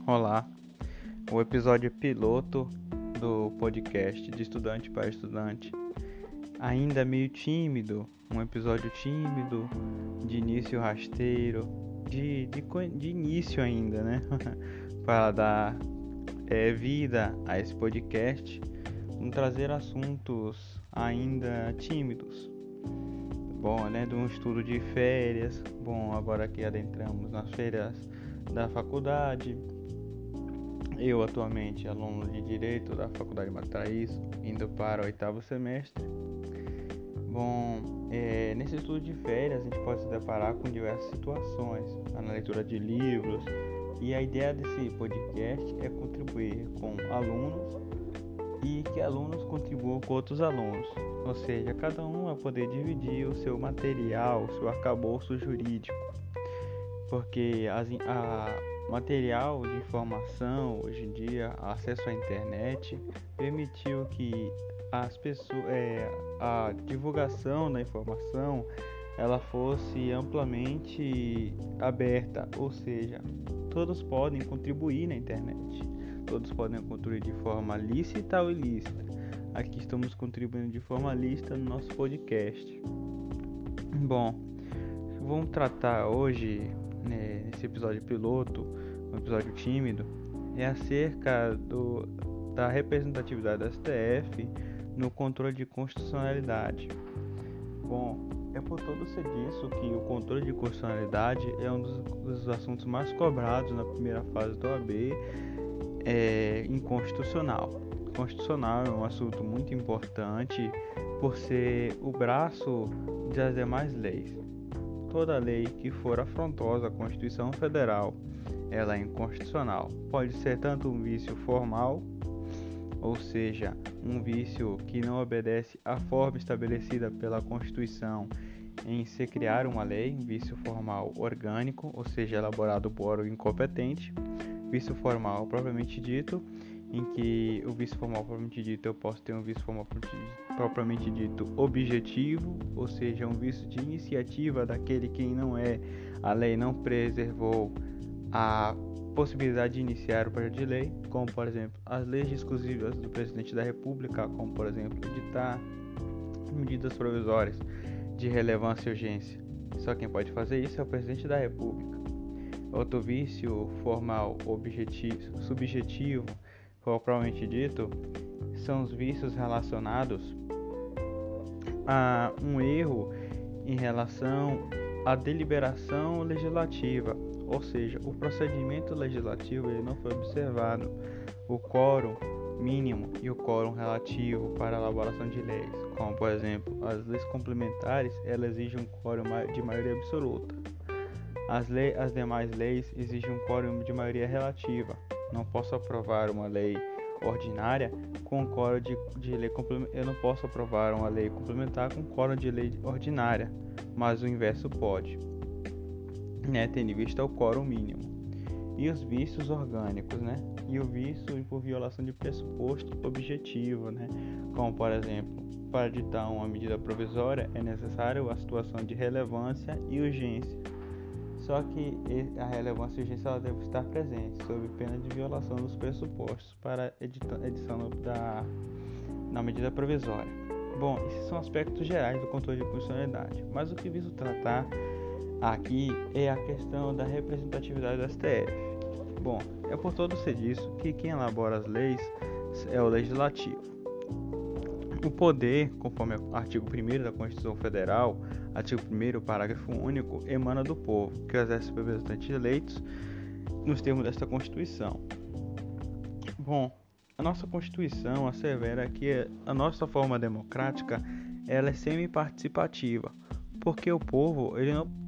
Olá, o episódio piloto do podcast de estudante para estudante. Ainda meio tímido, um episódio tímido, de início rasteiro, de início ainda, né? Para dar vida a esse podcast, vamos trazer assuntos ainda tímidos. Bom, né? De um estudo de férias. Bom, agora que adentramos nas férias da faculdade. Eu, atualmente, aluno de Direito da Faculdade Matraís, indo para o 8º semestre. Bom, nesse estudo de férias, a gente pode se deparar com diversas situações, na leitura de livros, e a ideia desse podcast é contribuir com alunos e que alunos contribuam com outros alunos, ou seja, cada um vai poder dividir o seu material, o seu arcabouço jurídico, porque material de informação, hoje em dia, acesso à internet, permitiu que as pessoas, a divulgação da informação ela fosse amplamente aberta, ou seja, todos podem contribuir na internet, todos podem contribuir de forma lícita ou ilícita. Aqui estamos contribuindo de forma lícita no nosso podcast. Bom, vamos tratar hoje, nesse episódio piloto, um episódio tímido, é acerca da representatividade da STF no controle de constitucionalidade. Bom, é por todo ser disso que o controle de constitucionalidade é um dos assuntos mais cobrados na primeira fase do OAB inconstitucional. Constitucional é um assunto muito importante por ser o braço das demais leis. Toda lei que for afrontosa à Constituição Federal, ela é inconstitucional. Pode ser tanto um vício formal, ou seja, um vício que não obedece à forma estabelecida pela Constituição em se criar uma lei, vício formal orgânico, ou seja, elaborado por órgão incompetente. Vício formal propriamente dito, em que o vício formal propriamente dito eu posso ter um vício formal propriamente dito objetivo, ou seja, um vício de iniciativa daquele quem não é, a lei não preservou a possibilidade de iniciar o projeto de lei, como por exemplo as leis exclusivas do presidente da República, como por exemplo editar medidas provisórias de relevância e urgência. Só quem pode fazer isso é o presidente da República. Outro vício formal subjetivo, propriamente dito, são os vícios relacionados a um erro em relação à deliberação legislativa, ou seja, o procedimento legislativo ele não foi observado, o quórum mínimo e o quórum relativo para a elaboração de leis, como por exemplo, as leis complementares elas exigem um quórum de maioria absoluta. As demais leis exigem um quórum de maioria relativa. Não posso aprovar uma lei ordinária com quórum de lei complementar. Eu não posso aprovar uma lei complementar com quórum de lei ordinária, mas o inverso pode, tendo em vista o quórum mínimo. E os vícios orgânicos, e o vício por violação de pressuposto objetivo, como por exemplo, para editar uma medida provisória é necessário a situação de relevância e urgência. Só que a relevância e urgência ela deve estar presente, sob pena de violação dos pressupostos para edição da medida provisória. Bom, esses são aspectos gerais do controle de constitucionalidade, mas o que viso tratar aqui é a questão da representatividade do STF. Bom, é por todo ser disso que quem elabora as leis é o Legislativo. O poder, conforme o artigo 1º da Constituição Federal, artigo 1º, parágrafo único, emana do povo, que exerce representantes eleitos nos termos desta Constituição. Bom, a nossa Constituição assevera que a nossa forma democrática ela é semi-participativa, porque o povo ele não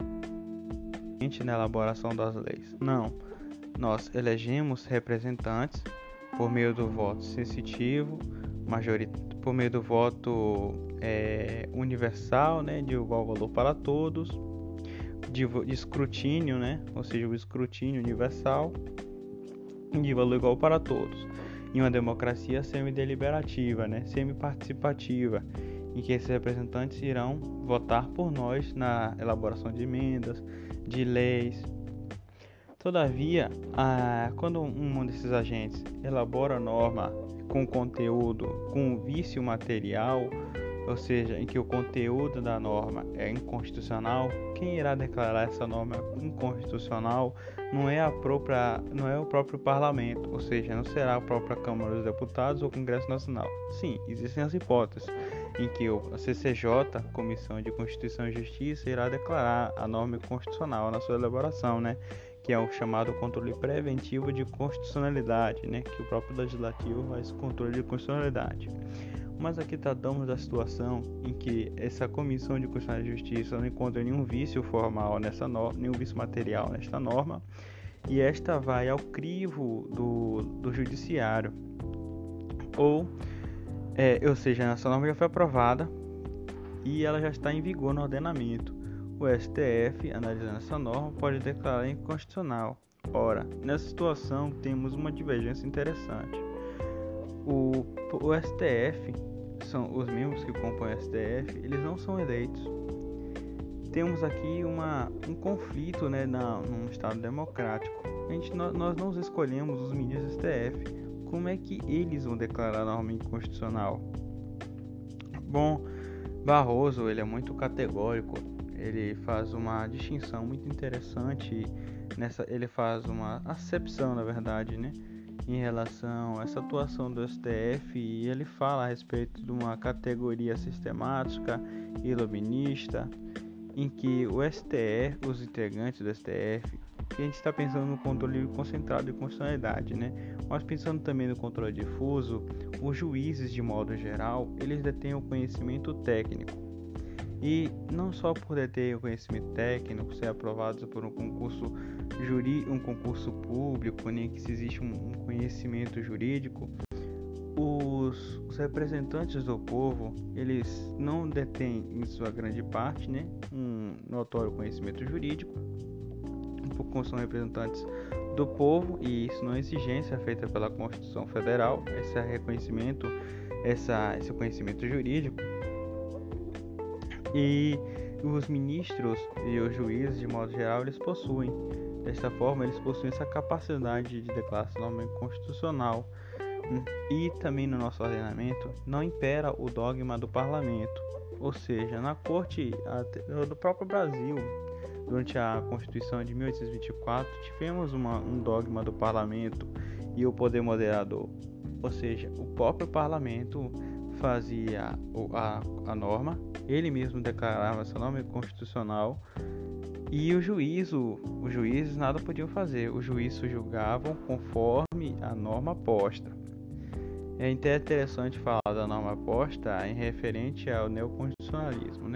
na elaboração das leis. Não, nós elegemos representantes por meio do voto sensitivo, por meio do voto universal, de igual valor para todos, de escrutínio, ou seja, o escrutínio universal de valor igual para todos, em uma democracia semi-deliberativa, semi-participativa, em que esses representantes irão votar por nós na elaboração de emendas, de leis. Todavia, quando um desses agentes elabora a norma com conteúdo, com um vício material, ou seja, em que o conteúdo da norma é inconstitucional, quem irá declarar essa norma inconstitucional não é o próprio parlamento, ou seja, não será a própria Câmara dos Deputados ou o Congresso Nacional. Sim, existem as hipóteses em que a CCJ, Comissão de Constituição e Justiça, irá declarar a norma inconstitucional na sua elaboração, que é o chamado controle preventivo de constitucionalidade, que o próprio legislativo faz controle de constitucionalidade. Mas aqui tratamos da situação em que essa Comissão de Constituição e Justiça não encontra nenhum vício formal nessa norma, nenhum vício material nesta norma, e esta vai ao crivo do judiciário. Ou seja, essa norma já foi aprovada e ela já está em vigor no ordenamento. O STF, analisando essa norma, pode declarar inconstitucional. Ora, nessa situação temos uma divergência interessante. O STF, são os membros que compõem o STF, eles não são eleitos. Temos aqui um conflito, num Estado democrático. Nós não escolhemos os ministros do STF. Como é que eles vão declarar a norma inconstitucional? Bom, Barroso, ele é muito categórico. Ele faz uma distinção muito interessante ele faz uma acepção, na verdade, em relação a essa atuação do STF, e ele fala a respeito de uma categoria sistemática iluminista, em que o STF, os integrantes do STF, que a gente está pensando no controle concentrado de constitucionalidade, mas pensando também no controle difuso, os juízes, de modo geral, eles detêm o conhecimento técnico. E não só por deter o conhecimento técnico, ser aprovados por um concurso público, nem que se existe um conhecimento jurídico, os representantes do povo, eles não detêm, em sua grande parte, um notório conhecimento jurídico, porque são representantes do povo, e isso não é exigência feita pela Constituição Federal, esse reconhecimento, esse conhecimento jurídico. E os ministros e os juízes, de modo geral, eles possuem. Desta forma, eles possuem essa capacidade de declarar essa norma inconstitucional. E também no nosso ordenamento não impera o dogma do parlamento. Ou seja, na corte do próprio Brasil, durante a Constituição de 1824, tivemos um dogma do parlamento e o poder moderador. Ou seja, o próprio parlamento fazia a norma, ele mesmo declarava essa norma inconstitucional, e os juízes nada podiam fazer. Os juízes julgavam conforme a norma posta. É interessante falar da norma posta em referente ao neoconstitucionalismo,